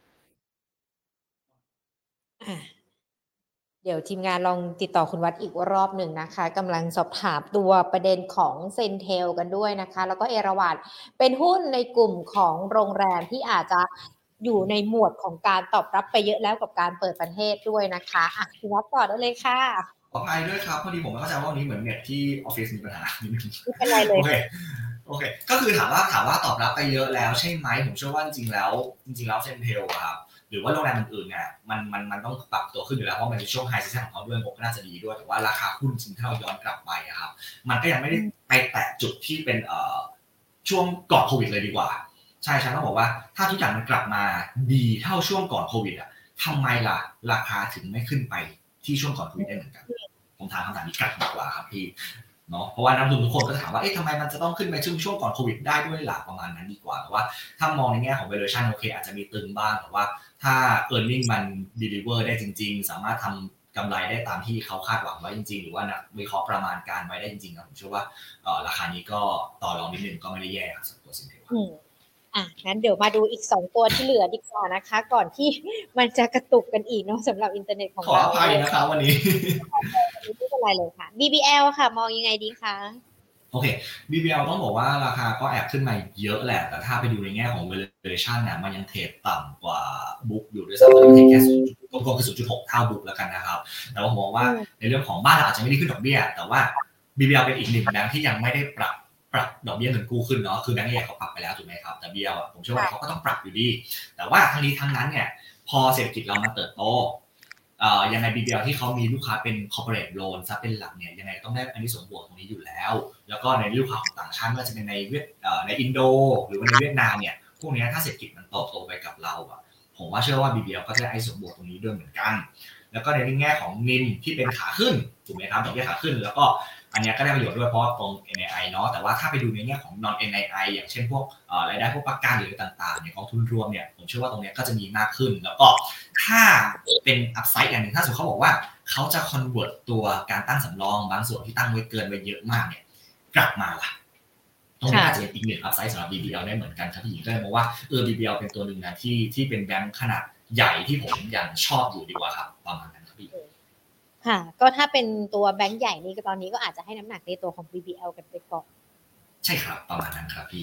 เดี๋ยวทีมงานลองติดต่อคุณวัดอีกรอบหนึ่งนะคะกำลังสอบถามตัวประเด็นของเซนเทลกันด้วยนะคะแล้วก็เอราวัณเป็นหุ้นในกลุ่มของโรงแรมที่อาจจะอยู่ในหมวดของการตอบรับไปเยอะแล้วกับการเปิดประเทศด้วยนะคะคุณวัดต่อได้เลยค่ะขออภัยด้วยครับพอดีผมไม่เข้าใจว่าวันนี้เหมือนเน็ตที่ออฟฟิศมีปัญหานิดนึงไม่เป็นไรเลยโอเคก็คือถามว่าตอบรับไปเยอะแล้วใช่ไหมผมเชื่อว่าจริงๆแล้วเซนเทลครับหรือว่าโรงแรมอื่นๆเนี่ยมันต้องปรับตัวขึ้นอยู่แล้วเพราะมันเป็นช่วงไฮซีซั่นของเขาด้วยงบก็น่าจะดีด้วยแต่ว่าราคาหุ้นจริงถ้าเราย้อนกลับไปครับมันก็ยังไม่ได้ไปแตะจุดที่เป็นช่วงก่อนโควิดเลยดีกว่าใช่ฉันต้องบอกว่าถ้าทุกอย่างมันกลับมาดีเท่าช่วงก่อนโควิดทำไมล่ะราคาถึงไม่ขึ้นไปที่ช่วงก่อนโควิดได้เหมือนกันผมถามคำถามนี้กลับดีกว่าครับพี่เนาะเพราะว่านักลงทุนทุกคนก็จะถามว่าทำไมมันจะต้องขึ้นไปช่วงก่อนโควิดได้ด้วยหลักประมาณนั้นดีกว่าแต่ว่าถ้ามองในแง่ของ valuation โอเคอาจจะมีตึงบ้างแต่ว่าถ้า earning มัน deliver ได้จริงๆสามารถทำกำไรได้ตามที่เขาคาดหวังไว้จริงๆหรือว่านักวิเคราะห์ประมาณการไว้ได้จริงๆผมเชื่อว่าราคานี้ก็ต่อรองนิดนึงก็ไม่ได้แย่ครับสำหรับตัวซินเทลงั้นเดี๋ยวมาดูอีก2ตัวที่เหลือดีกว่านะคะก่อนที่มันจะกระตุกกันอีกเนาะสำหรับอินเทอร์เน็ตของเราขออภัยนะคะวันนี้ไม่เป็นไรเลยค่ะ BBL ค่ะมองยังไงดีคะโอเค BBL ต้องบอกว่าราคาก็แอบขึ้นมาเยอะแหละแต่ถ้าไปดูในแง่ของ valuation เนี่ยมันยังเทรดต่ำกว่าบุ๊กอยู่ด้วยซ้ำตอนนี้เทรดแค่ก็คือ 0.6 เท่าบุ๊กแล้วกันนะครับแต่ว่าผมมองว่าในเรื่องของบ้านเราอาจจะไม่ได้ขึ้นดอกเบี้ยแต่ว่า BBL เป็นอีกหนึ่งแบงค์ที่ยังไม่ได้ปรับดอกเบี้ยเงินกู้ขึ้นเนาะคือแบงก์ใหญ่เขาปรับไปแล้วถูกไหมครับแต่ BBL ผมเชื่อว่าเขาก็ต้องปรับอยู่ดีแต่ว่าทั้งนี้ทั้งนั้นเนี่ยพอเศรษฐกิจเรามันเติบโตยังไง BBL ที่เขามีลูกค้าเป็น corporate loan ซะเป็นหลักเนี่ยยังไงต้องได้อันนี้ส่วนบวกตรงนี้อยู่แล้วแล้วก็ในลูกค้าของต่างชาติไม่ว่าจะเป็นในอินโดหรือว่าในเวียดนามเนี่ยพวกนี้ถ้าเศรษฐกิจมันโตไปกับเราผมว่าเชื่อว่า BBL ก็จะได้ส่วนบวกตรงนี้ด้วยเหมือนกันแล้วก็ในแง่ของนิมที่เป็นขาขึ้นถูกไหมครับดอกเบี้ยขาขึ้นแล้วก็อันนี้ก็ได้ประโยชน์ด้วยเพราะตรง NII เนาะแต่ว่าถ้าไปดูในแง่ของ non NII อย่างเช่นพวกรายได้พวกประกันหรือต่างๆเนี่ยกองทุนรวมเนี่ยผมเชื่อว่าตรงนี้ก็จะมีมากขึ้นแล้วก็ถ้าเป็น upside อย่างหนึ่งถ้าสมมติเขาบอกว่าเขาจะ convert ตัวการตั้งสำรองบางส่วนที่ตั้งไว้เกินไปเยอะมากเนี่ยกลับมาล่ะตรงนี้อาจจะเป็นอีกหนึ่ง upside สำหรับ BBL ได้เหมือนกันครับพี่หญิงก็เลยมองว่าBBL เป็นตัวหนึ่งนะที่เป็นแบงค์ขนาดใหญ่ที่ผมยังชอบอยู่ดีกว่าครับประมาณนั้นครับพี่ค่ะก็ถ้าเป็นตัวแบงก์ใหญ่นี่ก็ตอนนี้ก็อาจจะให้น้ำหนักในตัวของ BBL กันไปก่อนใช่ครับประมาณนั้นครับพี่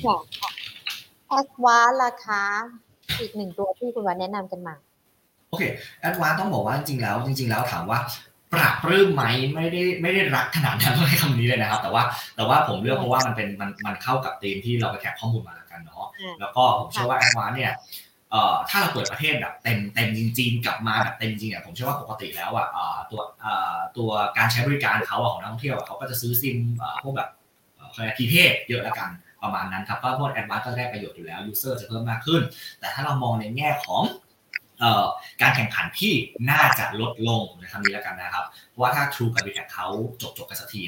Advance ราคาอีก1ตัวที่คุณวันแนะนำกันมาโอเค Advance ต้องบอกว่าจริงๆแล้วถามว่าปรับปลื้มไหมไม่ได้รักขนาดนั้นต้องใช้คำนี้เลยนะครับแต่ว่าผมเลือกเพราะว่ามันเข้ากับธีมที่เราไปแคปข้อมูลมาแล้วกันเนาะแล้วก็ผมเชื่อว่า Advance เนี่ยถ้าเราเปิดประเทศแบบเต็มจริงๆกลับมาแบบเต็มจริงผมเชื่อว่าปกติแล้วตัวการใช้บริการเขาของนักท่องเที่ยวเขาก็จะซื้อซิมพวกแบบพีเพเยอะแล้วกันประมาณนั้นครับก็พวก Advance ก็ได้ประโยชน์อยู่แล้ว User จะเพิ่มมากขึ้นแต่ถ้าเรามองในแง่ของการแข่งขันที่น่าจะลดลงในคำนี้แล้วกันนะครับเพราะว่าถ้า True กับ VTech เขาจบกันสักที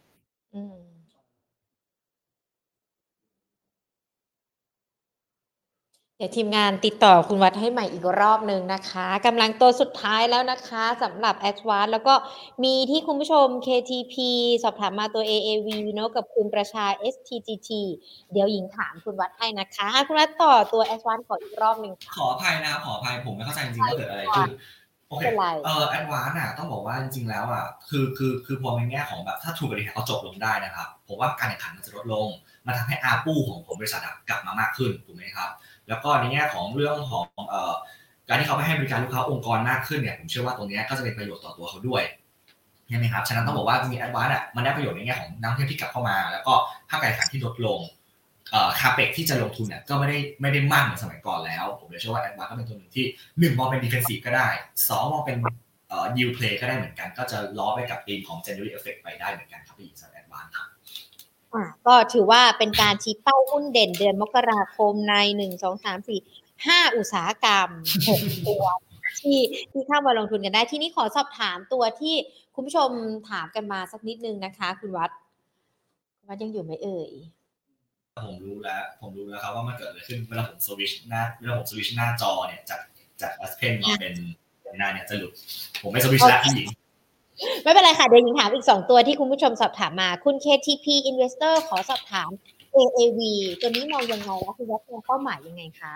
เดี๋ยวทีมงานติดต่อคุณวัดให้ใหม่อีกรอบนึงนะคะกำลังตัวสุดท้ายแล้วนะคะสำหรับ Advance แล้วก็มีที่คุณผู้ชม KTP สอบถามมาตัว AAV เนาะกับคุณประชา STGT เดี๋ยวหญิงถามคุณวัดให้นะคะคุณวัดต่อตัว Advance ขออีกรอบนึงขออภัยนะครับขออภัยผมไม่เข้าใจจริงๆว่าเกิดอะไรขึ้นโอเคAdvance อ่ะต้องบอกว่าจริงๆแล้วอ่ะคือพอในแง่ของแบบถ้าTrue กับ VTech เขาจบลงได้นะครับผมว่าการแข่งขันมันจะลดลงมันทำให้ ARPU ของบริษัทกลับมามากขึ้นถูกไหมครับแล้วก็ในแง่ของเรื่องของการที่เขาไปให้บริการลูกค้าองค์กรมากขึ้นเนี่ยผมเชื่อว่าตรงนี้ก็จะเป็นประโยชน์ต่อตัวเขาด้วยใช่ไหมครับฉะนั้นต้องบอกว่าจริงๆ Advance อ่ะมันได้ประโยชน์ในแง่ของนักท่องเที่ยวที่กลับเข้ามาแล้วก็ภาคการแข่งขันที่ลดลงคาเปกที่จะลงทุนเนี่ยก็ไม่ได้มากเหมือนสมัยก่อนแล้วผมเชื่อว่า Advance ก็เป็นตัวหนึ่งที่1มองเป็น defensive ก็ได้2มองเป็นyield play ก็ได้เหมือนกันก็จะล้อไปกับธีมของ January effect ไปได้เหมือนกันครับพี่สำหรับ Advance ครับก็ถือว่าเป็นการชี้เป้าหุ้นเด่นเดือนมกราคมใน1 2 3 4 5อุตสาหกรรม6ตัวที่เข้ามาลงทุนกันได้ที่นี้ขอสอบถามตัวที่คุณผู้ชมถามกันมาสักนิดนึงนะคะคุณวัดยังอยู่ไหมเอ่ยผมรู้แล้วครับว่ามันเกิดอะไรขึ้นเวลาผมสวิชหน้าจอเนี่ยจากS Pen มาเป็นหน้าเนี่ยจะหลุดผมไม่สวิชแล้วพี่หญิงไม่เป็นไรค่ะเดี๋ยวหญิงถามอีก2ตัวที่คุณผู้ชมสอบถามมาคุณ KTP Investor ขอสอบถาม AAV ตัวนี้มองยังไงและคุณวัดเป้าหมายยังไงคะ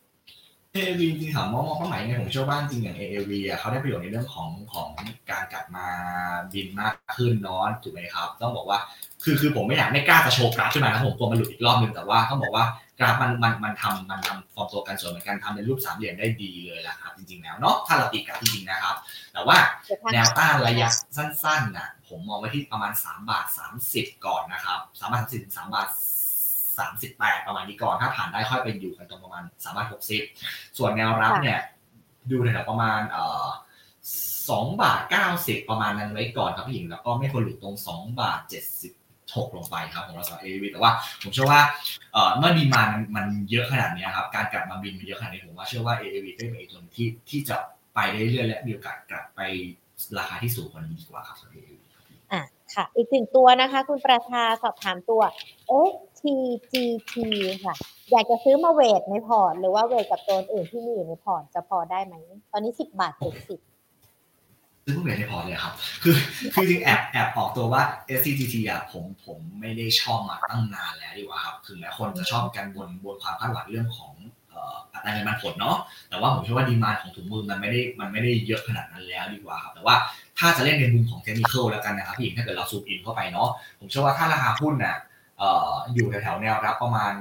AAV จริงๆถามว่ามองเป้าหมายยังไงผมเชื่อว่าจริงอย่าง AAV เขาได้ประโยชน์ในเรื่องของการกลับมาบินมากขึ้นเนาะถูกไหมครับต้องบอกว่าคือผมไม่กล้าจะโชว์กราฟขึ้นมาครับผมกลัวมันหลุดอีกรอบนึงแต่ว่าต้องบอกว่ากราฟมันทำฟอร์มตัวกันส่วนเหมือนกันทำเป็นรูปสามเหลี่ยมได้ดีเลยละครับจริงๆแล้วเนาะถ้าเราตีกราฟจริงๆนะครับแต่ว่าแนวต้านระยะสั้นๆน่ะผมมองไว้ที่ประมาณ3.30 ก่อนนะครับ3.30 ถึง3.38ประมาณนี้ก่อนถ้าผ่านได้ค่อยไปอยู่กันตรงประมาณ3.60ส่วนแนวรับเนี่ยดูแถวประมาณ2.90 ประมาณนั้นไว้ก่อนครับพี่หญิงแล้วก็ไม่ควรหลุดตรง2.76ลงไปครับของเราสำหรับ AAV แต่ว่าผมเชื่อว่าเมื่อดีมานด์มันเยอะขนาดนี้ครับการกลับมาบินมันเยอะขนาดนี้ผมว่าเชื่อว่า AAV เป็นอีกตัวที่จะไปได้เรื่อยๆและมีโอกาสกลับไปราคาที่สูงกว่านี้ดีกว่าครับ AAV ค่ะอีก1ตัวนะคะคุณประชาสอบถามตัว STGT ค่ะอยากจะซื้อมาเวทในพอร์ตหรือว่าเวทกับตัวอื่นที่มีอยู่ในพอร์ตจะพอได้ไหมตอนนี้10.70 ซื้อพวกเวทในพอร์ตเลยครับคือจริงแอบออกตัวว่า STGT ผมไม่ได้ชอบมาตั้งนานแล้วดีกว่าครับถึงแม้คนจะชอบกันบนความคาดหวังเรื่องของอัตราเงินปันผลเนาะแต่ว่าผมเชื่อว่าดีมานด์ของถุงมือมันไม่ได้เยอะขนาดนั้นแล้วดีกว่าครับแต่ว่าถ้าจะเล่นในมุมของเทคนิคแล้วกันนะครับพี่หญิงถ้าเกิดเราซูมอินเข้าไปเนาะผมเชื่อว่าถ้าราคาหุ้นน่ะอยู่แถวๆแนวรับประมาณ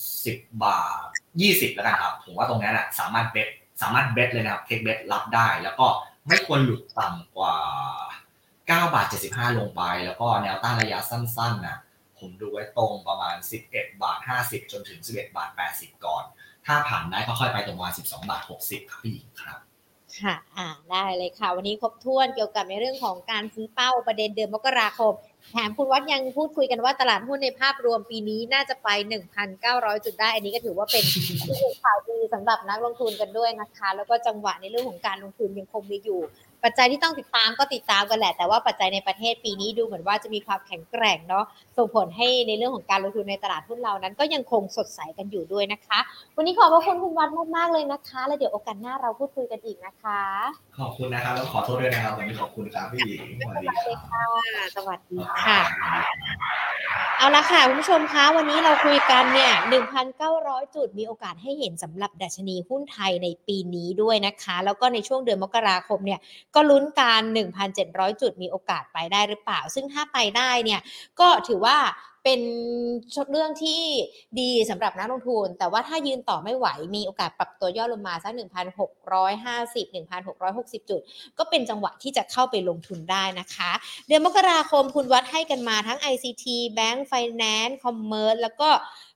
10.20แล้วกันครับผมว่าตรงนั้นน่ะสามารถเบทเลยนะครับเทคเบทรับได้แล้วก็ไม่ควรหลุดต่ำกว่า9.75ลงไปแล้วก็แนวต้านระยะสั้นๆน่ะผมดูไว้ตรงประมาณ11.50จนถึง11.80ก่อนถ้าผ่านได้ก็ค่อยไปตรงประมาณ12.60ครับพี่หญิงครับค่ะได้เลยค่ะวันนี้ครบถ้วนเกี่ยวกับในเรื่องของการซื้อเป้าประเด็นเดือนมกราคมแถมคุณวัดยังพูดคุยกันว่าตลาดหุ้นในภาพรวมปีนี้น่าจะไป 1,900 จุดได้อันนี้ก็ถือว่าเป็นข่าวดีสำหรับนักลงทุนกันด้วยนะคะแล้วก็จังหวะในเรื่องของการลงทุนยังคงมีอยู่ปัจจัยที่ต้องติดตามก็ติดตามกันแหละแต่ว่าปัจจัยในประเทศปีนี้ดูเหมือนว่าจะมีความแข็งแกร่งเนาะส่งผลให้ในเรื่องของการลงทุนในตลาดหุ้นเรานั้นก็ยังคงสดใสกันอยู่ด้วยนะคะวันนี้ขอบพระคุณคุณวัดมากๆเลยนะคะแล้วเดี๋ยวโอกาสหน้าเราพูดคุยกันอีกนะคะขอบคุณนะครับแล้วขอโทษด้วยนะครับวันนี้ขอบคุณครับพี่หญิงสวัสดีค่ะสวัสดีค่ะเอาละค่ะคุณผู้ชมคะวันนี้เราคุยกันเนี่ย 1,900 จุดมีโอกาสให้เห็นสำหรับดัชนีหุ้นไทยในปีนี้ด้วยนะคะแล้วก็ในช่วงเดือนมกราคมเนี่ยก็ลุ้นการ 1,700 จุดมีโอกาสไปได้หรือเปล่าซึ่งถ้าไปได้เนี่ยก็ถือว่าเป็นเรื่องที่ดีสำหรับนักลงทุนแต่ว่าถ้ายืนต่อไม่ไหวมีโอกาสปรับตัวย่อลงมาสัก 1,650 1,660 จุดก็เป็นจังหวะที่จะเข้าไปลงทุนได้นะคะเดือนมกราคมคุณวัดให้กันมาทั้ง ICT Bank Finance Commerce แล้วก็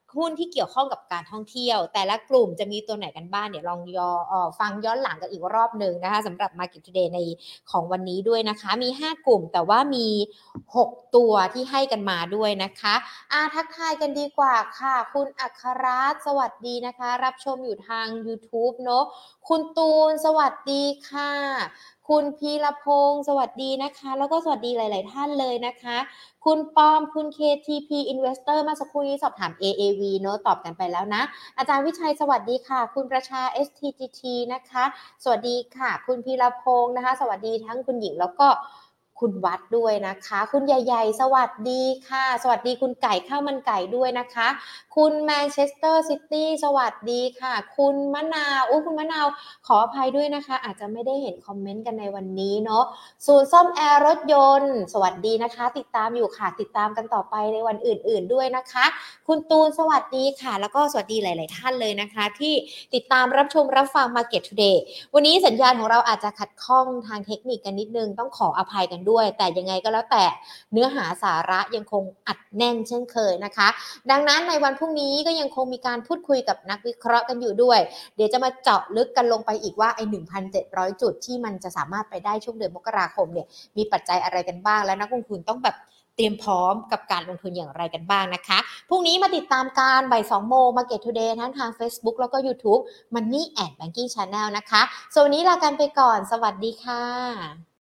หุ้นที่เกี่ยวข้องกับการท่องเที่ยวแต่ละกลุ่มจะมีตัวไหนกันบ้างเดี๋ยวลองฟังย้อนหลังกันอีกรอบหนึ่งนะคะสำหรับ Market Today ในของวันนี้ด้วยนะคะมี5กลุ่มแต่ว่ามี6ตัวที่ให้กันมาด้วยนะคะทักทายกันดีกว่าค่ะคุณอัครรัตน์สวัสดีนะคะรับชมอยู่ทาง YouTube เนอะคุณตูนสวัสดีค่ะคุณพีรพงศ์สวัสดีนะคะแล้วก็สวัสดีหลายๆท่านเลยนะคะคุณปอมคุณ KTP Investor มาสักครู่นี้สอบถาม AAV เนอะตอบกันไปแล้วนะอาจารย์วิชัยสวัสดีค่ะคุณประชา STGT นะคะสวัสดีค่ะคุณพีรพงศ์นะคะสวัสดีทั้งคุณหญิงแล้วก็คุณวัดด้วยนะคะคุณใหญ่ๆสวัสดีค่ะสวัสดีคุณไก่ข้าวมันไก่ด้วยนะคะคุณแมนเชสเตอร์ซิตี้สวัสดีค่ะคุณมะนาวคุณมะนาวขออภัยด้วยนะคะอาจจะไม่ได้เห็นคอมเมนต์กันในวันนี้เนาะศูนย์ซ่อมแอร์รถยนต์สวัสดีนะคะติดตามอยู่ค่ะติดตามกันต่อไปในวันอื่นๆด้วยนะคะคุณตูนสวัสดีค่ะแล้วก็สวัสดีหลายๆท่านเลยนะคะที่ติดตามรับชมรับฟัง Market Today วันนี้สัญญาณของเราอาจจะขัดข้องทางเทคนิคกันนิดนึงต้องขออภัยกันด้วยแต่ยังไงก็แล้วแต่เนื้อหาสาระยังคงอัดแน่นเช่นเคยนะคะดังนั้นในวันพรุ่งนี้ก็ยังคงมีการพูดคุยกับนักวิเคราะห์กันอยู่ด้วยเดี๋ยวจะมาเจาะลึกกันลงไปอีกว่าไอ้ 1,700 จุดที่มันจะสามารถไปได้ช่วงเดือนมกราคมเนี่ยมีปัจจัยอะไรกันบ้างและนักลงทุนต้องแบบเตรียมพร้อมกับการลงทุนอย่างไรกันบ้างนะคะพรุ่งนี้มาติดตามการบ่าย 2 โมง Market Today ทั้งทาง Facebook แล้วก็ YouTube Money and Banking Channel นะคะส่วนวันนี้ลากันไปก่อนสวัสดีค่ะ